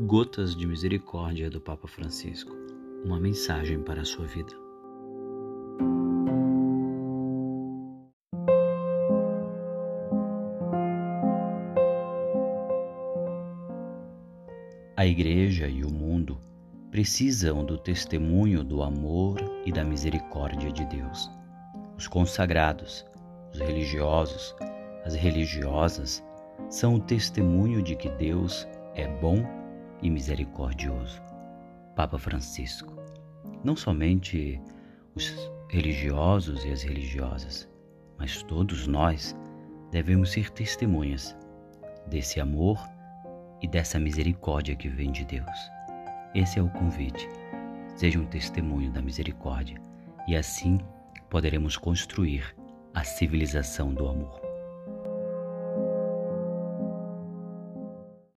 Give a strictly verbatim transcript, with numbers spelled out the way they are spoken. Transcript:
Gotas de Misericórdia do Papa Francisco. Uma mensagem para a sua vida. A Igreja e o mundo precisam do testemunho do amor e da misericórdia de Deus. Os consagrados, os religiosos, as religiosas são o testemunho de que Deus é bom e misericordioso. Papa Francisco. Não somente os religiosos e as religiosas, mas todos nós devemos ser testemunhas desse amor e dessa misericórdia que vem de Deus. Esse é o convite. Seja um testemunho da misericórdia e assim poderemos construir a civilização do amor.